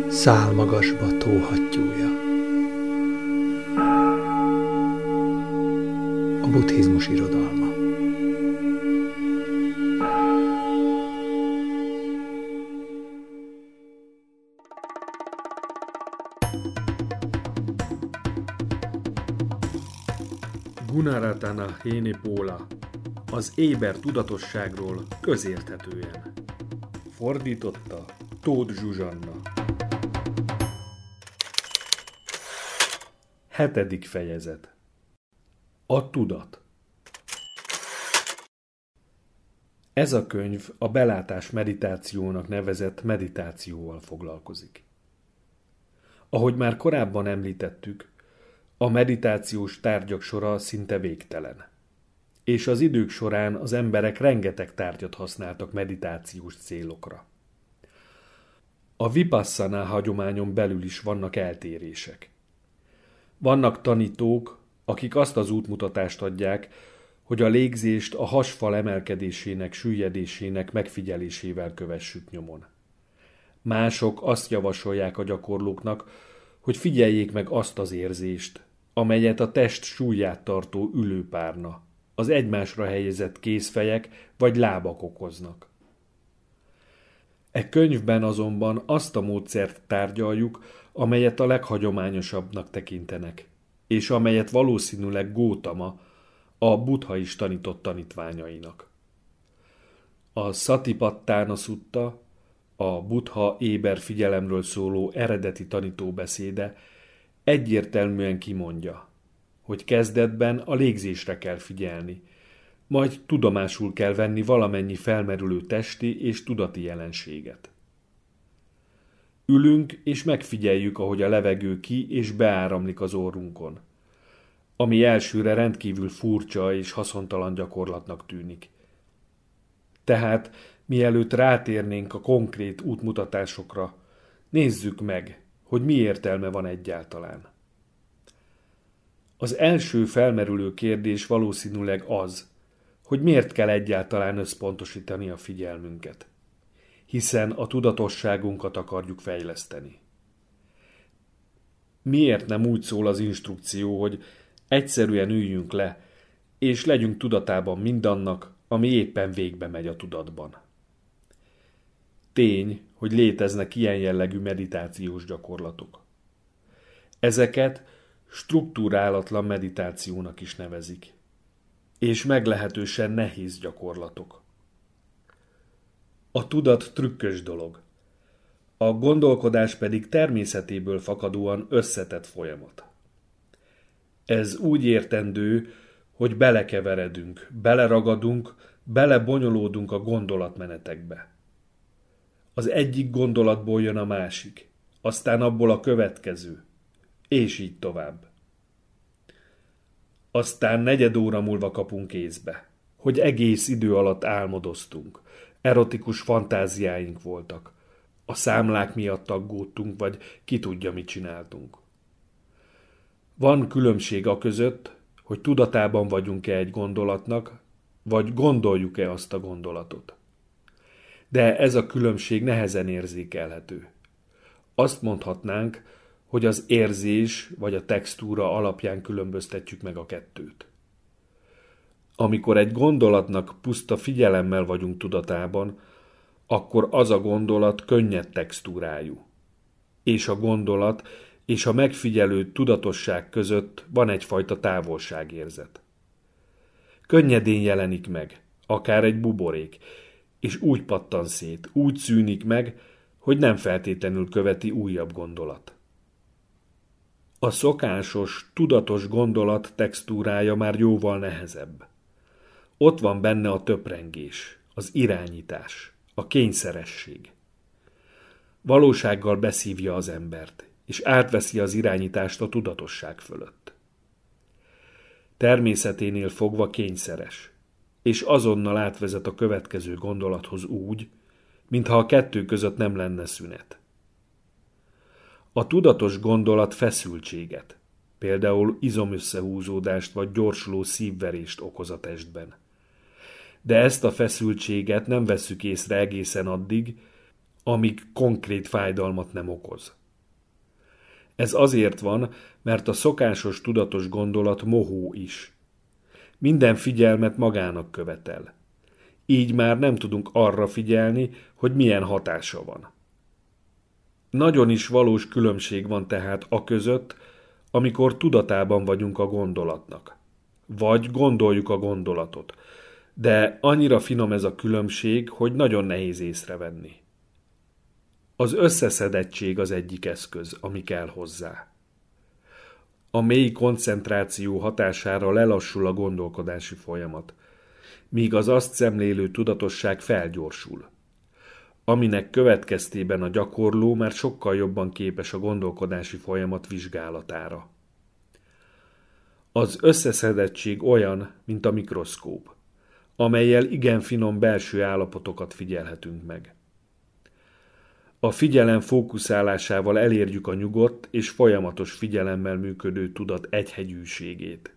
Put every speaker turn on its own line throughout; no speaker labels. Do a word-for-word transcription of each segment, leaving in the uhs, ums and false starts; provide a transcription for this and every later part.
Szálmagasba tóhattyúja. A buddhizmus irodalma.
Gunaratana Hénipola, az éber tudatosságról közérthetően. Fordította Tóth Zsuzsanna. Hetedik fejezet. A tudat. Ez a könyv a belátás meditációnak nevezett meditációval foglalkozik. Ahogy már korábban említettük, a meditációs tárgyak sora szinte végtelen, és az idők során az emberek rengeteg tárgyat használtak meditációs célokra. A vipasszana hagyományon belül is vannak eltérések. Vannak tanítók, akik azt az útmutatást adják, hogy a légzést a hasfal emelkedésének, süllyedésének megfigyelésével kövessük nyomon. Mások azt javasolják a gyakorlóknak, hogy figyeljék meg azt az érzést, amelyet a test súlyát tartó ülőpárna, az egymásra helyezett kézfejek vagy lábak okoznak. E könyvben azonban azt a módszert tárgyaljuk, amelyet a leghagyományosabbnak tekintenek, és amelyet valószínűleg Gótama, a Buddha is tanított tanítványainak. A Satipatthana Szutta, a Buddha éber figyelemről szóló eredeti tanítóbeszéde egyértelműen kimondja, hogy kezdetben a légzésre kell figyelni, majd tudomásul kell venni valamennyi felmerülő testi és tudati jelenséget. Ülünk és megfigyeljük, ahogy a levegő ki- és beáramlik az orrunkon, ami elsőre rendkívül furcsa és haszontalan gyakorlatnak tűnik. Tehát, mielőtt rátérnénk a konkrét útmutatásokra, nézzük meg, hogy mi értelme van egyáltalán. Az első felmerülő kérdés valószínűleg az, hogy miért kell egyáltalán összpontosítani a figyelmünket, hiszen a tudatosságunkat akarjuk fejleszteni. Miért nem úgy szól az instrukció, hogy egyszerűen üljünk le, és legyünk tudatában mindannak, ami éppen végbe megy a tudatban? Tény, hogy léteznek ilyen jellegű meditációs gyakorlatok. Ezeket strukturálatlan meditációnak is nevezik, és meglehetősen nehéz gyakorlatok. A tudat trükkös dolog, a gondolkodás pedig természetéből fakadóan összetett folyamat. Ez úgy értendő, hogy belekeveredünk, beleragadunk, belebonyolódunk a gondolatmenetekbe. Az egyik gondolatból jön a másik, aztán abból a következő, és így tovább. Aztán negyed óra múlva kapunk észbe, hogy egész idő alatt álmodoztunk, erotikus fantáziáink voltak, a számlák miatt aggódtunk, vagy ki tudja, mit csináltunk. Van különbség a között, hogy tudatában vagyunk-e egy gondolatnak, vagy gondoljuk-e azt a gondolatot. De ez a különbség nehezen érzékelhető. Azt mondhatnánk, hogy az érzés vagy a textúra alapján különböztetjük meg a kettőt. Amikor egy gondolatnak puszta figyelemmel vagyunk tudatában, akkor az a gondolat könnyed textúrájú. És a gondolat és a megfigyelő tudatosság között van egyfajta távolságérzet. Könnyedén jelenik meg, akár egy buborék, és úgy pattan szét, úgy szűnik meg, hogy nem feltétlenül követi újabb gondolat. A szokásos, tudatos gondolat textúrája már jóval nehezebb. Ott van benne a töprengés, az irányítás, a kényszeresség. Valósággal beszívja az embert, és átveszi az irányítást a tudatosság fölött. Természeténél fogva kényszeres, és azonnal átvezet a következő gondolathoz úgy, mintha a kettő között nem lenne szünet. A tudatos gondolat feszültséget, például izomösszehúzódást vagy gyorsuló szívverést okoz a testben. De ezt a feszültséget nem vesszük észre egészen addig, amíg konkrét fájdalmat nem okoz. Ez azért van, mert a szokásos tudatos gondolat mohó is. Minden figyelmet magának követel. Így már nem tudunk arra figyelni, hogy milyen hatása van. Nagyon is valós különbség van tehát a között, amikor tudatában vagyunk a gondolatnak. Vagy gondoljuk a gondolatot. De annyira finom ez a különbség, hogy nagyon nehéz észrevenni. Az összeszedettség az egyik eszköz, ami kell hozzá. A mély koncentráció hatására lelassul a gondolkodási folyamat, míg az azt szemlélő tudatosság felgyorsul, aminek következtében a gyakorló már sokkal jobban képes a gondolkodási folyamat vizsgálatára. Az összeszedettség olyan, mint a mikroszkóp, amellyel igen finom belső állapotokat figyelhetünk meg. A figyelem fókuszálásával elérjük a nyugodt és folyamatos figyelemmel működő tudat egyhegyűségét.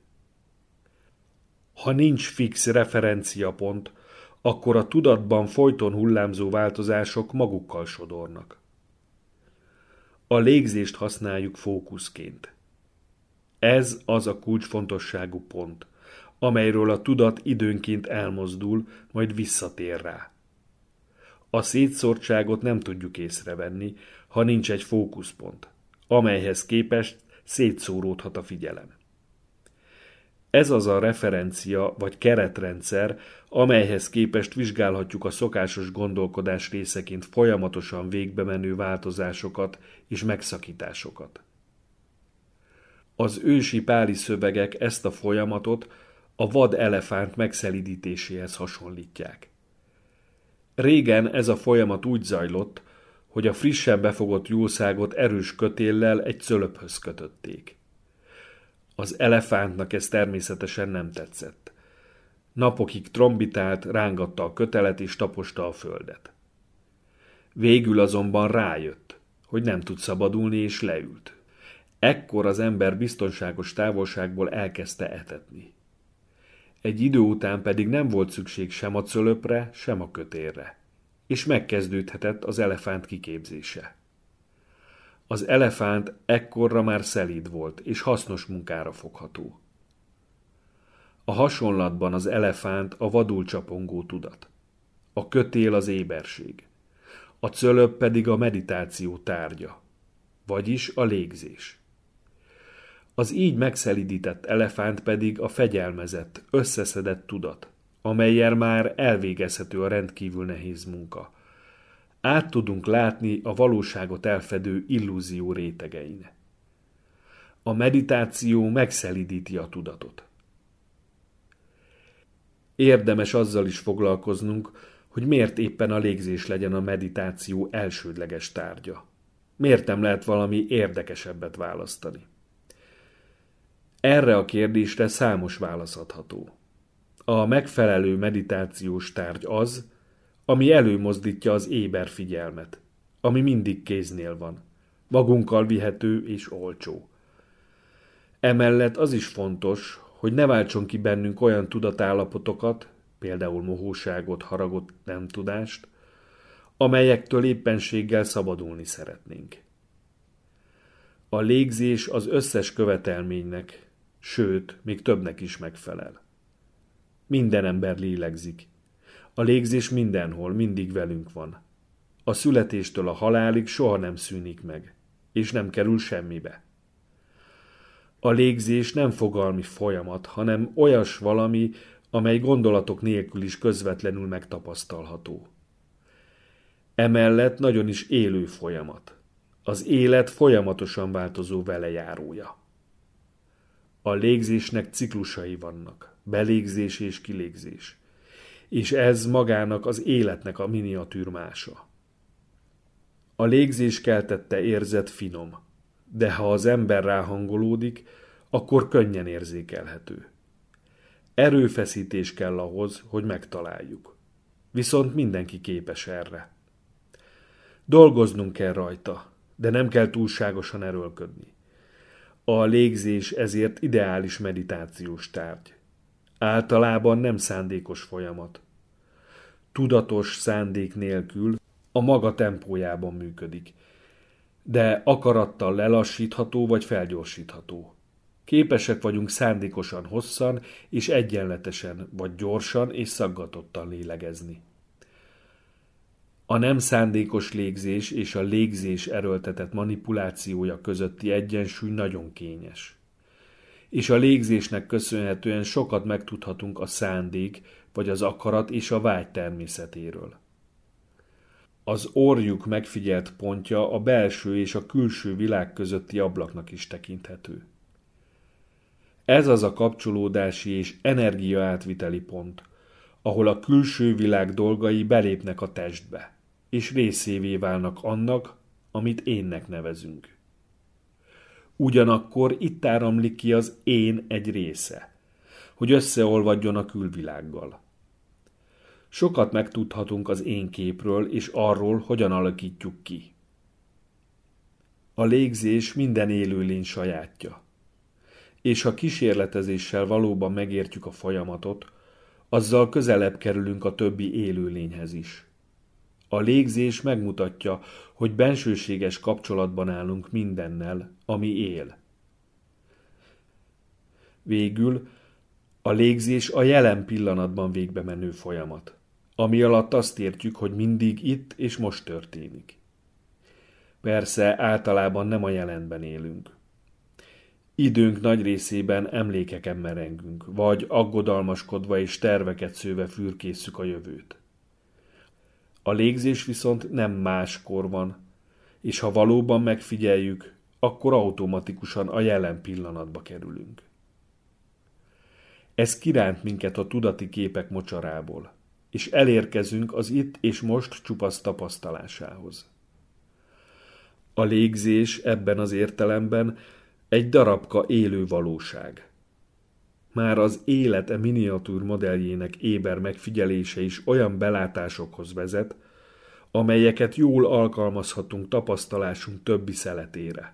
Ha nincs fix referenciapont, akkor a tudatban folyton hullámzó változások magukkal sodornak. A légzést használjuk fókuszként. Ez az a kulcsfontosságú pont, amelyről a tudat időnként elmozdul, majd visszatér rá. A szétszórtságot nem tudjuk észrevenni, ha nincs egy fókuszpont, amelyhez képest szétszóródhat a figyelem. Ez az a referencia vagy keretrendszer, amelyhez képest vizsgálhatjuk a szokásos gondolkodás részeként folyamatosan végbe menő változásokat és megszakításokat. Az ősi páli szövegek ezt a folyamatot a vad elefánt megszelídítéséhez hasonlítják. Régen ez a folyamat úgy zajlott, hogy a frissen befogott jószágot erős kötéllel egy cölöphöz kötötték. Az elefántnak ez természetesen nem tetszett. Napokig trombitált, rángatta a kötelet és taposta a földet. Végül azonban rájött, hogy nem tud szabadulni, és leült. Ekkor az ember biztonságos távolságból elkezdte etetni. Egy idő után pedig nem volt szükség sem a cölöpre, sem a kötélre, és megkezdődhetett az elefánt kiképzése. Az elefánt ekkorra már szelíd volt, és hasznos munkára fogható. A hasonlatban az elefánt a vadul csapongó tudat, a kötél az éberség, a cölöp pedig a meditáció tárgya, vagyis a légzés. Az így megszelídített elefánt pedig a fegyelmezett, összeszedett tudat, amellyel már elvégezhető a rendkívül nehéz munka. Át tudunk látni a valóságot elfedő illúzió rétegein. A meditáció megszelídíti a tudatot. Érdemes azzal is foglalkoznunk, hogy miért éppen a légzés legyen a meditáció elsődleges tárgya. Miért nem lehet valami érdekesebbet választani? Erre a kérdésre számos válasz adható. A megfelelő meditációs tárgy az, ami előmozdítja az éber figyelmet, ami mindig kéznél van, magunkkal vihető és olcsó. Emellett az is fontos, hogy ne váltson ki bennünk olyan tudatállapotokat, például mohóságot, haragot, nem tudást, amelyektől éppenséggel szabadulni szeretnénk. A légzés az összes követelménynek, sőt, még többnek is megfelel. Minden ember lélegzik. A légzés mindenhol, mindig velünk van. A születéstől a halálig soha nem szűnik meg, és nem kerül semmibe. A légzés nem fogalmi folyamat, hanem olyas valami, amely gondolatok nélkül is közvetlenül megtapasztalható. Emellett nagyon is élő folyamat. Az élet folyamatosan változó velejárója. A légzésnek ciklusai vannak, belégzés és kilégzés, és ez magának az életnek a miniatűrmása. A légzés keltette érzet finom, de ha az ember ráhangolódik, akkor könnyen érzékelhető. Erőfeszítés kell ahhoz, hogy megtaláljuk. Viszont mindenki képes erre. Dolgoznunk kell rajta, de nem kell túlságosan erőlködni. A légzés ezért ideális meditációs tárgy. Általában nem szándékos folyamat. Tudatos szándék nélkül a maga tempójában működik, de akarattal lelassítható vagy felgyorsítható. Képesek vagyunk szándékosan hosszan és egyenletesen, vagy gyorsan és szaggatottan lélegezni. A nem szándékos légzés és a légzés erőltetett manipulációja közötti egyensúly nagyon kényes. És a légzésnek köszönhetően sokat megtudhatunk a szándék, vagy az akarat és a vágy természetéről. Az orrjuk megfigyelt pontja a belső és a külső világ közötti ablaknak is tekinthető. Ez az a kapcsolódási és energiaátviteli pont, ahol a külső világ dolgai belépnek a testbe, és részévé válnak annak, amit énnek nevezünk. Ugyanakkor itt áramlik ki az én egy része, hogy összeolvadjon a külvilággal. Sokat megtudhatunk az én képről és arról, hogyan alakítjuk ki. A légzés minden élőlény sajátja, és ha kísérletezéssel valóban megértjük a folyamatot, azzal közelebb kerülünk a többi élőlényhez is. A légzés megmutatja, hogy bensőséges kapcsolatban állunk mindennel, ami él. Végül a légzés a jelen pillanatban végbe menő folyamat, ami alatt azt értjük, hogy mindig itt és most történik. Persze általában nem a jelenben élünk. Időnk nagy részében emlékeken merengünk, vagy aggodalmaskodva és terveket szőve fürkészszük a jövőt. A légzés viszont nem máskor van, és ha valóban megfigyeljük, akkor automatikusan a jelen pillanatba kerülünk. Ez kiránt minket a tudati képek mocsarából, és elérkezünk az itt és most csupasz tapasztalásához. A légzés ebben az értelemben egy darabka élő valóság. Már az élet e miniatúr modelljének éber megfigyelése is olyan belátásokhoz vezet, amelyeket jól alkalmazhatunk tapasztalásunk többi szeletére.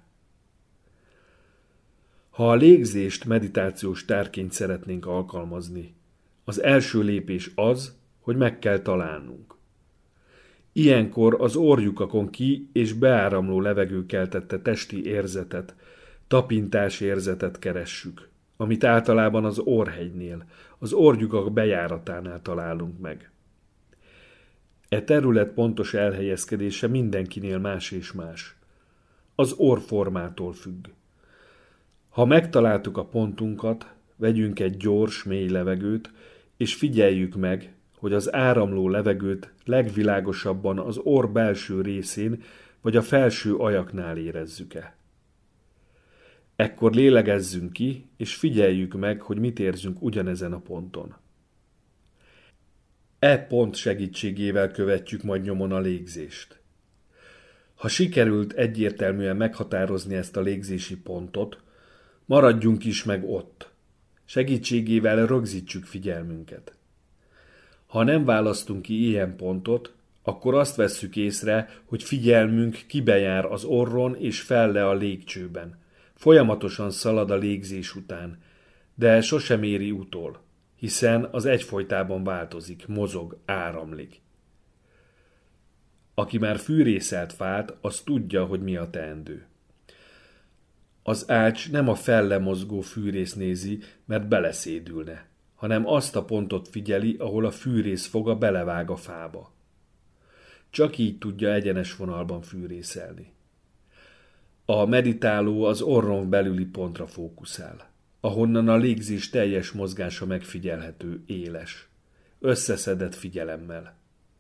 Ha a légzést meditációs tárként szeretnénk alkalmazni, az első lépés az, hogy meg kell találnunk. Ilyenkor az orrlyukakon ki- és beáramló levegő keltette testi érzetet, tapintásérzetet keressük, amit általában az orrhegynél, az orrlyukak bejáratánál találunk meg. E terület pontos elhelyezkedése mindenkinél más és más. Az orrformától függ. Ha megtaláltuk a pontunkat, vegyünk egy gyors, mély levegőt, és figyeljük meg, hogy az áramló levegőt legvilágosabban az orr belső részén vagy a felső ajaknál érezzük-e. Ekkor lélegezzünk ki, és figyeljük meg, hogy mit érzünk ugyanezen a ponton. E pont segítségével követjük majd nyomon a légzést. Ha sikerült egyértelműen meghatározni ezt a légzési pontot, maradjunk is meg ott. Segítségével rögzítsük figyelmünket. Ha nem választunk ki ilyen pontot, akkor azt vesszük észre, hogy figyelmünk kibejár az orron és felle a légcsőben. Folyamatosan szalad a légzés után, de sosem éri utol, hiszen az egyfolytában változik, mozog, áramlik. Aki már fűrészelt fát, az tudja, hogy mi a teendő. Az ács nem a felle mozgó fűrész nézi, mert beleszédülne, hanem azt a pontot figyeli, ahol a fűrész foga belevág a fába. Csak így tudja egyenes vonalban fűrészelni. A meditáló az orron belüli pontra fókuszál, ahonnan a légzés teljes mozgása megfigyelhető, éles, összeszedett figyelemmel.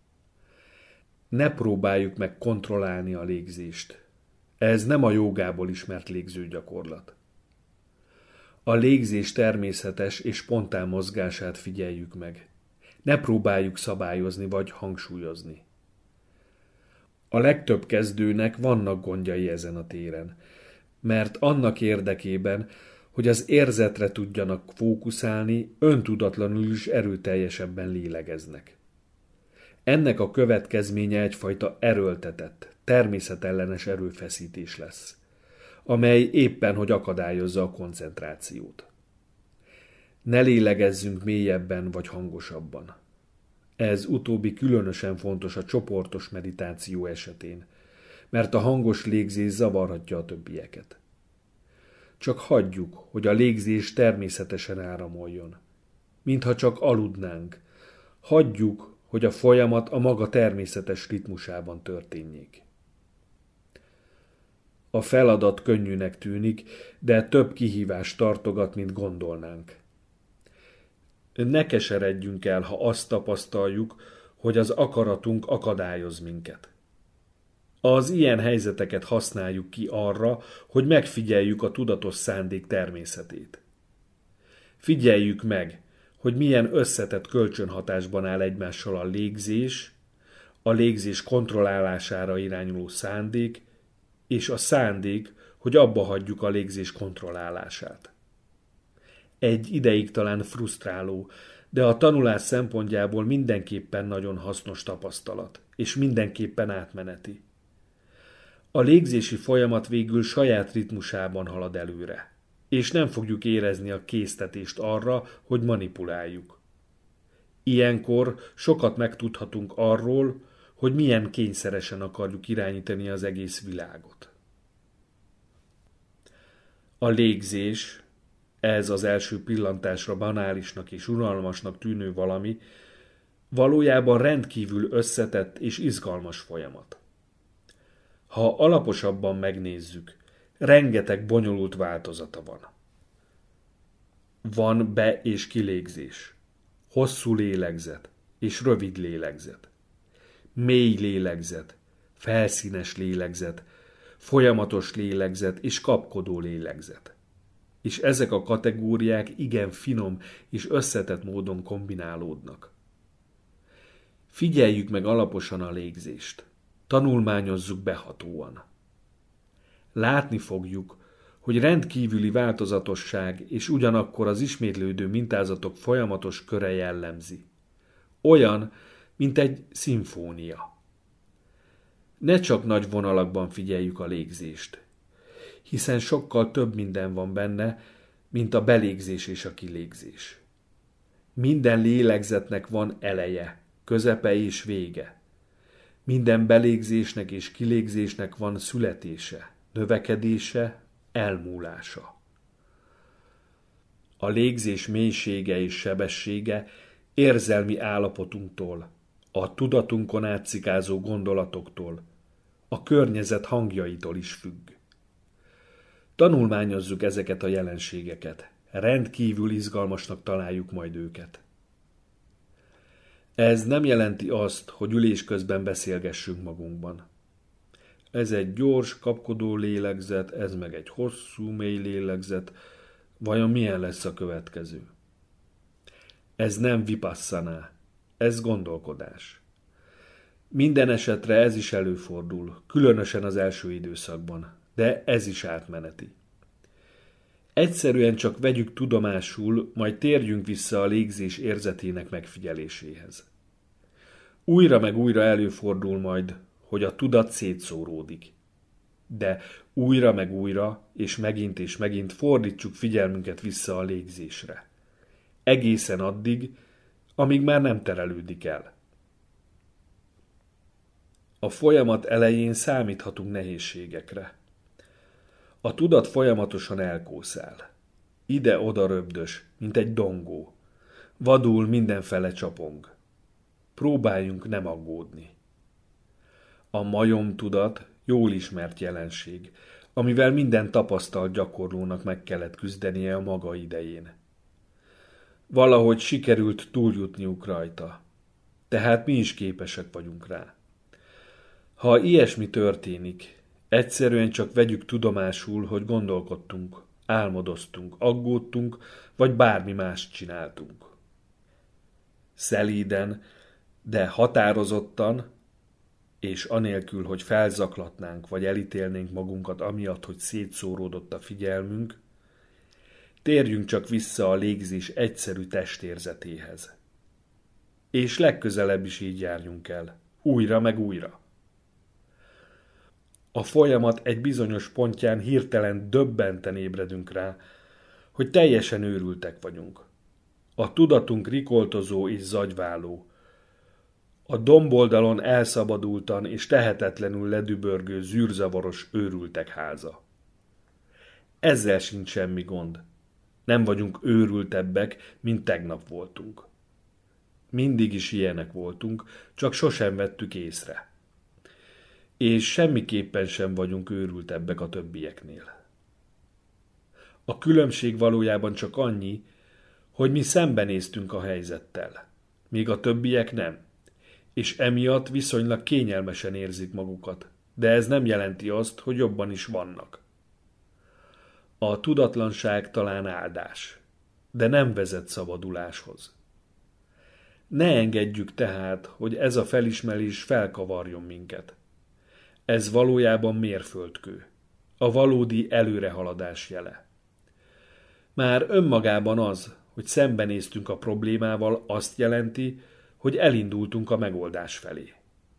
Ne próbáljuk meg kontrollálni a légzést. Ez nem a jógából ismert légzőgyakorlat. A légzés természetes és spontán mozgását figyeljük meg. Ne próbáljuk szabályozni vagy hangsúlyozni. A legtöbb kezdőnek vannak gondjai ezen a téren, mert annak érdekében, hogy az érzetre tudjanak fókuszálni, öntudatlanul is erőteljesebben lélegeznek. Ennek a következménye egyfajta erőltetett, természetellenes erőfeszítés lesz, amely éppen hogy akadályozza a koncentrációt. Ne lélegezzünk mélyebben vagy hangosabban. Ez utóbbi különösen fontos a csoportos meditáció esetén, mert a hangos légzés zavarhatja a többieket. Csak hagyjuk, hogy a légzés természetesen áramoljon. Mintha csak aludnánk. Hagyjuk, hogy a folyamat a maga természetes ritmusában történjék. A feladat könnyűnek tűnik, de több kihívást tartogat, mint gondolnánk. Ne keseredjünk el, ha azt tapasztaljuk, hogy az akaratunk akadályoz minket. Az ilyen helyzeteket használjuk ki arra, hogy megfigyeljük a tudatos szándék természetét. Figyeljük meg, hogy milyen összetett kölcsönhatásban áll egymással a légzés, a légzés kontrollálására irányuló szándék, és a szándék, hogy abba hagyjuk a légzés kontrollálását. Egy ideig talán frusztráló, de a tanulás szempontjából mindenképpen nagyon hasznos tapasztalat, és mindenképpen átmeneti. A légzési folyamat végül saját ritmusában halad előre, és nem fogjuk érezni a késztetést arra, hogy manipuláljuk. Ilyenkor sokat megtudhatunk arról, hogy milyen kényszeresen akarjuk irányítani az egész világot. A légzés, ez az első pillantásra banálisnak és unalmasnak tűnő valami, valójában rendkívül összetett és izgalmas folyamat. Ha alaposabban megnézzük, rengeteg bonyolult változata van. Van be- és kilégzés, hosszú lélegzet és rövid lélegzet, mély lélegzet, felszínes lélegzet, folyamatos lélegzet és kapkodó lélegzet. És ezek a kategóriák igen finom és összetett módon kombinálódnak. Figyeljük meg alaposan a légzést, tanulmányozzuk behatóan. Látni fogjuk, hogy rendkívüli változatosság és ugyanakkor az ismétlődő mintázatok folyamatos köre jellemzi. Olyan, mint egy szimfónia. Ne csak nagy vonalakban figyeljük a légzést, hiszen sokkal több minden van benne, mint a belégzés és a kilégzés. Minden lélegzetnek van eleje, közepe és vége. Minden belégzésnek és kilégzésnek van születése, növekedése, elmúlása. A légzés mélysége és sebessége érzelmi állapotunktól, a tudatunkon átszikázó gondolatoktól, a környezet hangjaitól is függ. Tanulmányozzuk ezeket a jelenségeket, rendkívül izgalmasnak találjuk majd őket. Ez nem jelenti azt, hogy ülés közben beszélgessünk magunkban. Ez egy gyors, kapkodó lélegzet, ez meg egy hosszú, mély lélegzet. Vajon milyen lesz a következő? Ez nem vipasszana, ez gondolkodás. Minden esetre ez is előfordul, különösen az első időszakban, de ez is átmeneti. Egyszerűen csak vegyük tudomásul, majd térjünk vissza a légzés érzetének megfigyeléséhez. Újra meg újra előfordul majd, hogy a tudat szétszóródik. De újra meg újra, és megint és megint fordítsuk figyelmünket vissza a légzésre. Egészen addig, amíg már nem terelődik el. A folyamat elején számíthatunk nehézségekre. A tudat folyamatosan elkószál. Ide-oda röbdös, mint egy dongó. Vadul mindenfele csapong. Próbáljunk nem aggódni. A majomtudat jól ismert jelenség, amivel minden tapasztalt gyakorlónak meg kellett küzdenie a maga idején. Valahogy sikerült túljutniuk rajta, tehát mi is képesek vagyunk rá. Ha ilyesmi történik, egyszerűen csak vegyük tudomásul, hogy gondolkodtunk, álmodoztunk, aggódtunk, vagy bármi mást csináltunk. Szelíden, de határozottan, és anélkül, hogy felzaklatnánk, vagy elítélnénk magunkat amiatt, hogy szétszóródott a figyelmünk, térjünk csak vissza a légzés egyszerű testérzetéhez. És legközelebb is így járjunk el, újra meg újra. A folyamat egy bizonyos pontján hirtelen döbbenten ébredünk rá, hogy teljesen őrültek vagyunk. A tudatunk rikoltozó és zagyváló. A domboldalon elszabadultan és tehetetlenül ledübörgő zűrzavaros őrültek háza. Ezzel sincs semmi gond. Nem vagyunk őrültebbek, mint tegnap voltunk. Mindig is ilyenek voltunk, csak sosem vettük észre. És semmiképpen sem vagyunk őrültebbek a többieknél. A különbség valójában csak annyi, hogy mi szembenéztünk a helyzettel, míg a többiek nem, és emiatt viszonylag kényelmesen érzik magukat, de ez nem jelenti azt, hogy jobban is vannak. A tudatlanság talán áldás, de nem vezet szabaduláshoz. Ne engedjük tehát, hogy ez a felismerés felkavarjon minket. Ez valójában mérföldkő, a valódi előrehaladás jele. Már önmagában az, hogy szembenéztünk a problémával, azt jelenti, hogy elindultunk a megoldás felé.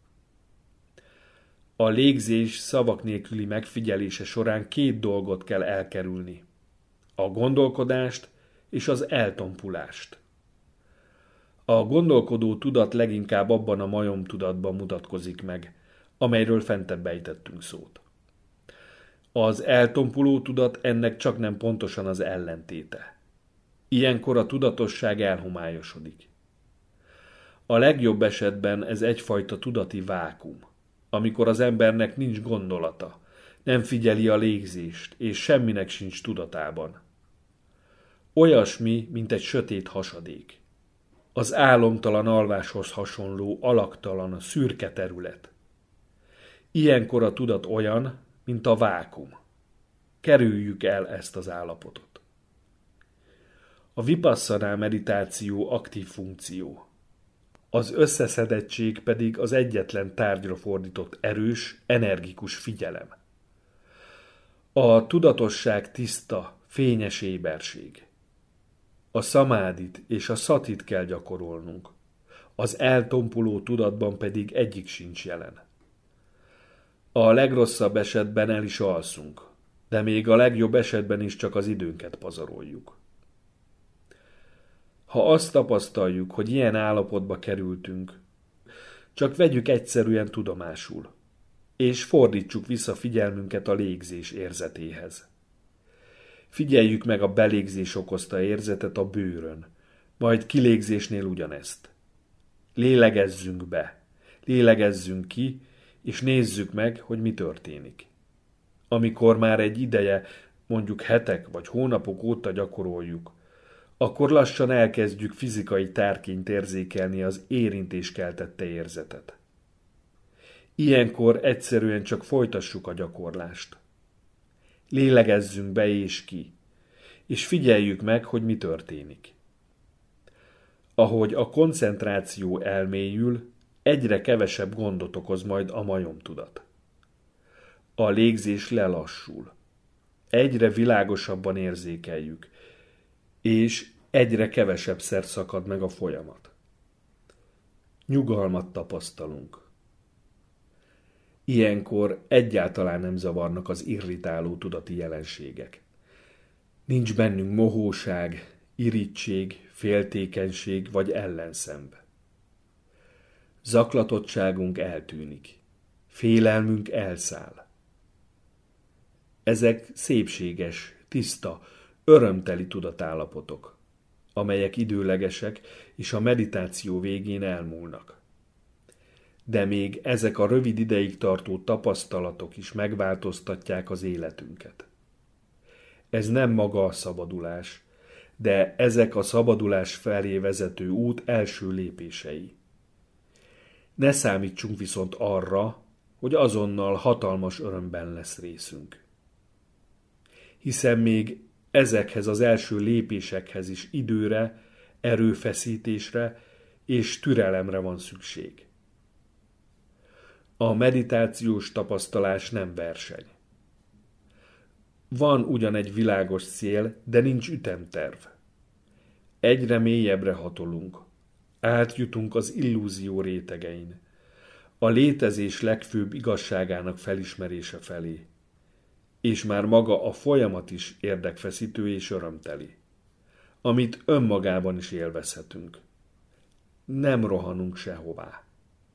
A légzés szavak nélküli megfigyelése során két dolgot kell elkerülni. A gondolkodást és az eltompulást. A gondolkodó tudat leginkább abban a majomtudatban mutatkozik meg, amelyről fentebb ejtettünk szót. Az eltompuló tudat ennek csak nem pontosan az ellentéte. Ilyenkor a tudatosság elhomályosodik. A legjobb esetben ez egyfajta tudati vákum, amikor az embernek nincs gondolata, nem figyeli a légzést, és semminek sincs tudatában. Olyasmi, mint egy sötét hasadék. Az álomtalan alváshoz hasonló, alaktalan, szürke terület. Ilyenkor a tudat olyan, mint a vákum. Kerüljük el ezt az állapotot. A vipasszana meditáció aktív funkció. Az összeszedettség pedig az egyetlen tárgyra fordított erős, energikus figyelem. A tudatosság tiszta, fényes éberség. A szamádit és a szatit kell gyakorolnunk, az eltompuló tudatban pedig egyik sincs jelen. A legrosszabb esetben el is alszunk, de még a legjobb esetben is csak az időnket pazaroljuk. Ha azt tapasztaljuk, hogy ilyen állapotba kerültünk, csak vegyük egyszerűen tudomásul, és fordítsuk vissza figyelmünket a légzés érzetéhez. Figyeljük meg a belégzés okozta érzetet a bőrön, majd kilégzésnél ugyanezt. Lélegezzünk be, lélegezzünk ki, és nézzük meg, hogy mi történik. Amikor már egy ideje, mondjuk hetek vagy hónapok óta gyakoroljuk, akkor lassan elkezdjük fizikai tárként érzékelni az érintés keltette érzetet. Ilyenkor egyszerűen csak folytassuk a gyakorlást. Lélegezzünk be és ki, és figyeljük meg, hogy mi történik. Ahogy a koncentráció elmélyül, egyre kevesebb gondot okoz majd a majomtudat. A légzés lelassul. Egyre világosabban érzékeljük, és egyre kevesebbszer szakad meg a folyamat. Nyugalmat tapasztalunk. Ilyenkor egyáltalán nem zavarnak az irritáló tudati jelenségek. Nincs bennünk mohóság, irigység, féltékenység vagy ellenszemb. Zaklatottságunk eltűnik. Félelmünk elszáll. Ezek szépséges, tiszta, örömteli tudatállapotok, amelyek időlegesek és a meditáció végén elmúlnak. De még ezek a rövid ideig tartó tapasztalatok is megváltoztatják az életünket. Ez nem maga a szabadulás, de ezek a szabadulás felé vezető út első lépései. Ne számítsunk viszont arra, hogy azonnal hatalmas örömben lesz részünk. Hiszen még ezekhez az első lépésekhez is időre, erőfeszítésre és türelemre van szükség. A meditációs tapasztalás nem verseny. Van ugyan egy világos cél, de nincs ütemterv. Egyre mélyebbre hatolunk, átjutunk az illúzió rétegein, a létezés legfőbb igazságának felismerése felé, és már maga a folyamat is érdekfeszítő és örömteli, amit önmagában is élvezhetünk. Nem rohanunk sehová.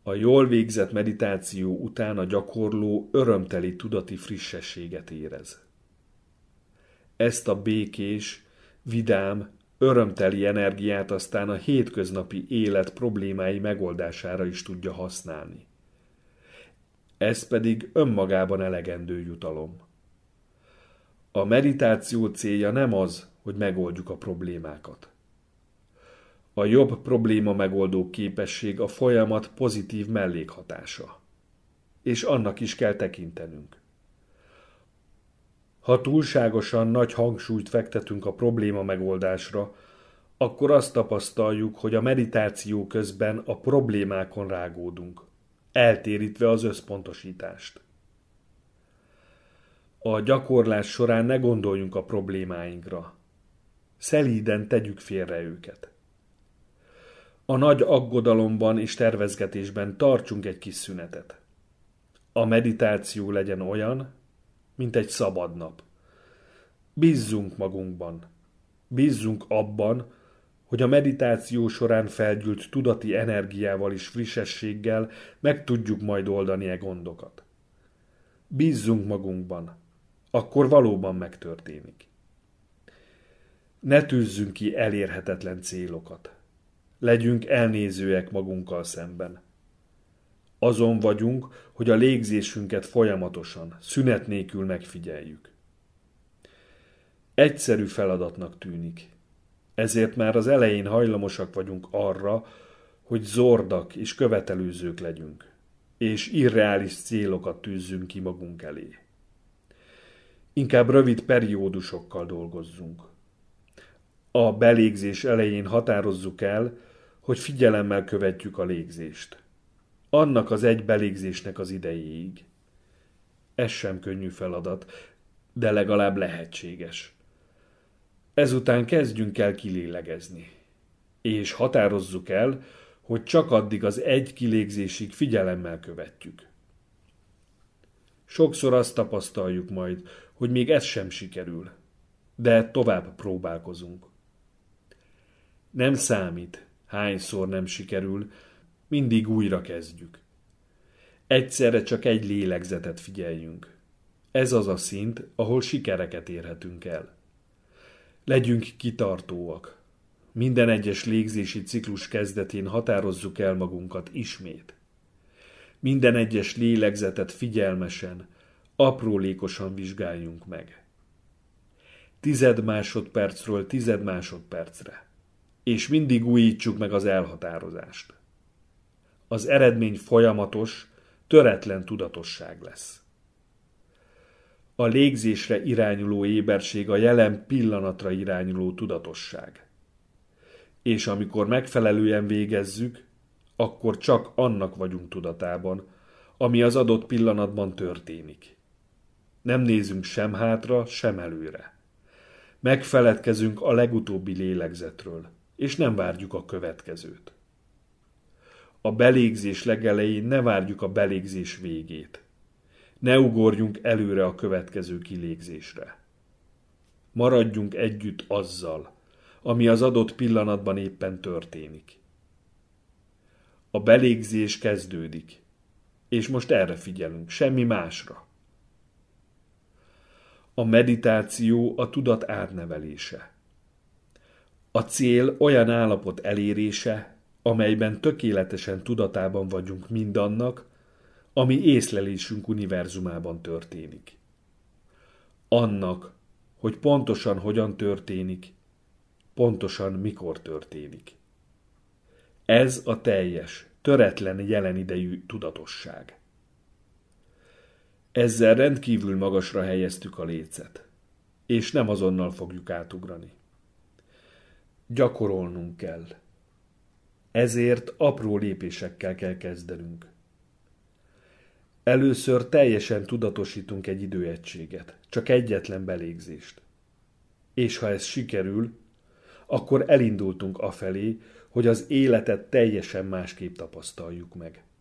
A jól végzett meditáció után a gyakorló örömteli tudati frissességet érez. Ezt a békés, vidám, örömteli energiát aztán a hétköznapi élet problémái megoldására is tudja használni. Ez pedig önmagában elegendő jutalom. A meditáció célja nem az, hogy megoldjuk a problémákat. A jobb probléma megoldó képesség a folyamat pozitív mellékhatása. És annak is kell tekintenünk. Ha túlságosan nagy hangsúlyt fektetünk a probléma megoldásra, akkor azt tapasztaljuk, hogy a meditáció közben a problémákon rágódunk, eltérítve az összpontosítást. A gyakorlás során ne gondoljunk a problémáinkra. Szelíden tegyük félre őket. A nagy aggodalomban és tervezgetésben tartsunk egy kis szünetet. A meditáció legyen olyan, mint egy szabad nap. Bízzunk magunkban. Bízzunk abban, hogy a meditáció során felgyűlt tudati energiával és frissességgel meg tudjuk majd oldani e gondokat. Bízzunk magunkban. Akkor valóban megtörténik. Ne tűzzünk ki elérhetetlen célokat. Legyünk elnézőek magunkkal szemben. Azon vagyunk, hogy a légzésünket folyamatosan, szünet nélkül megfigyeljük. Egyszerű feladatnak tűnik. Ezért már az elején hajlamosak vagyunk arra, hogy zordak és követelőzők legyünk, és irreális célokat tűzzünk ki magunk elé. Inkább rövid periódusokkal dolgozzunk. A belégzés elején határozzuk el, hogy figyelemmel követjük a légzést. Annak az egy belégzésnek az idejéig. Ez sem könnyű feladat, de legalább lehetséges. Ezután kezdjünk el kilélegezni, és határozzuk el, hogy csak addig az egy kilégzésig figyelemmel követjük. Sokszor azt tapasztaljuk majd, hogy még ez sem sikerül, de tovább próbálkozunk. Nem számít, hányszor nem sikerül, mindig újra kezdjük. Egyszerre csak egy lélegzetet figyeljünk. Ez az a szint, ahol sikereket érhetünk el. Legyünk kitartóak. Minden egyes légzési ciklus kezdetén határozzuk el magunkat ismét. Minden egyes lélegzetet figyelmesen, aprólékosan vizsgáljunk meg. Tized másodpercről tized másodpercre. És mindig újítsuk meg az elhatározást. Az eredmény folyamatos, töretlen tudatosság lesz. A légzésre irányuló éberség a jelen pillanatra irányuló tudatosság. És amikor megfelelően végezzük, akkor csak annak vagyunk tudatában, ami az adott pillanatban történik. Nem nézünk sem hátra, sem előre. Megfeledkezünk a legutóbbi lélegzetről, és nem várjuk a következőt. A belégzés legelején ne várjuk a belégzés végét. Ne ugorjunk előre a következő kilégzésre. Maradjunk együtt azzal, ami az adott pillanatban éppen történik. A belégzés kezdődik, és most erre figyelünk, semmi másra. A meditáció a tudat átnevelése. A cél olyan állapot elérése, amelyben tökéletesen tudatában vagyunk mindannak, ami észlelésünk univerzumában történik. Annak, hogy pontosan hogyan történik, pontosan mikor történik. Ez a teljes, töretlen jelenidejű tudatosság. Ezzel rendkívül magasra helyeztük a lécet, és nem azonnal fogjuk átugrani. Gyakorolnunk kell. Ezért apró lépésekkel kell kezdenünk. Először teljesen tudatosítunk egy időegységet, csak egyetlen belégzést. És ha ez sikerül, akkor elindultunk afelé, hogy az életet teljesen másképp tapasztaljuk meg.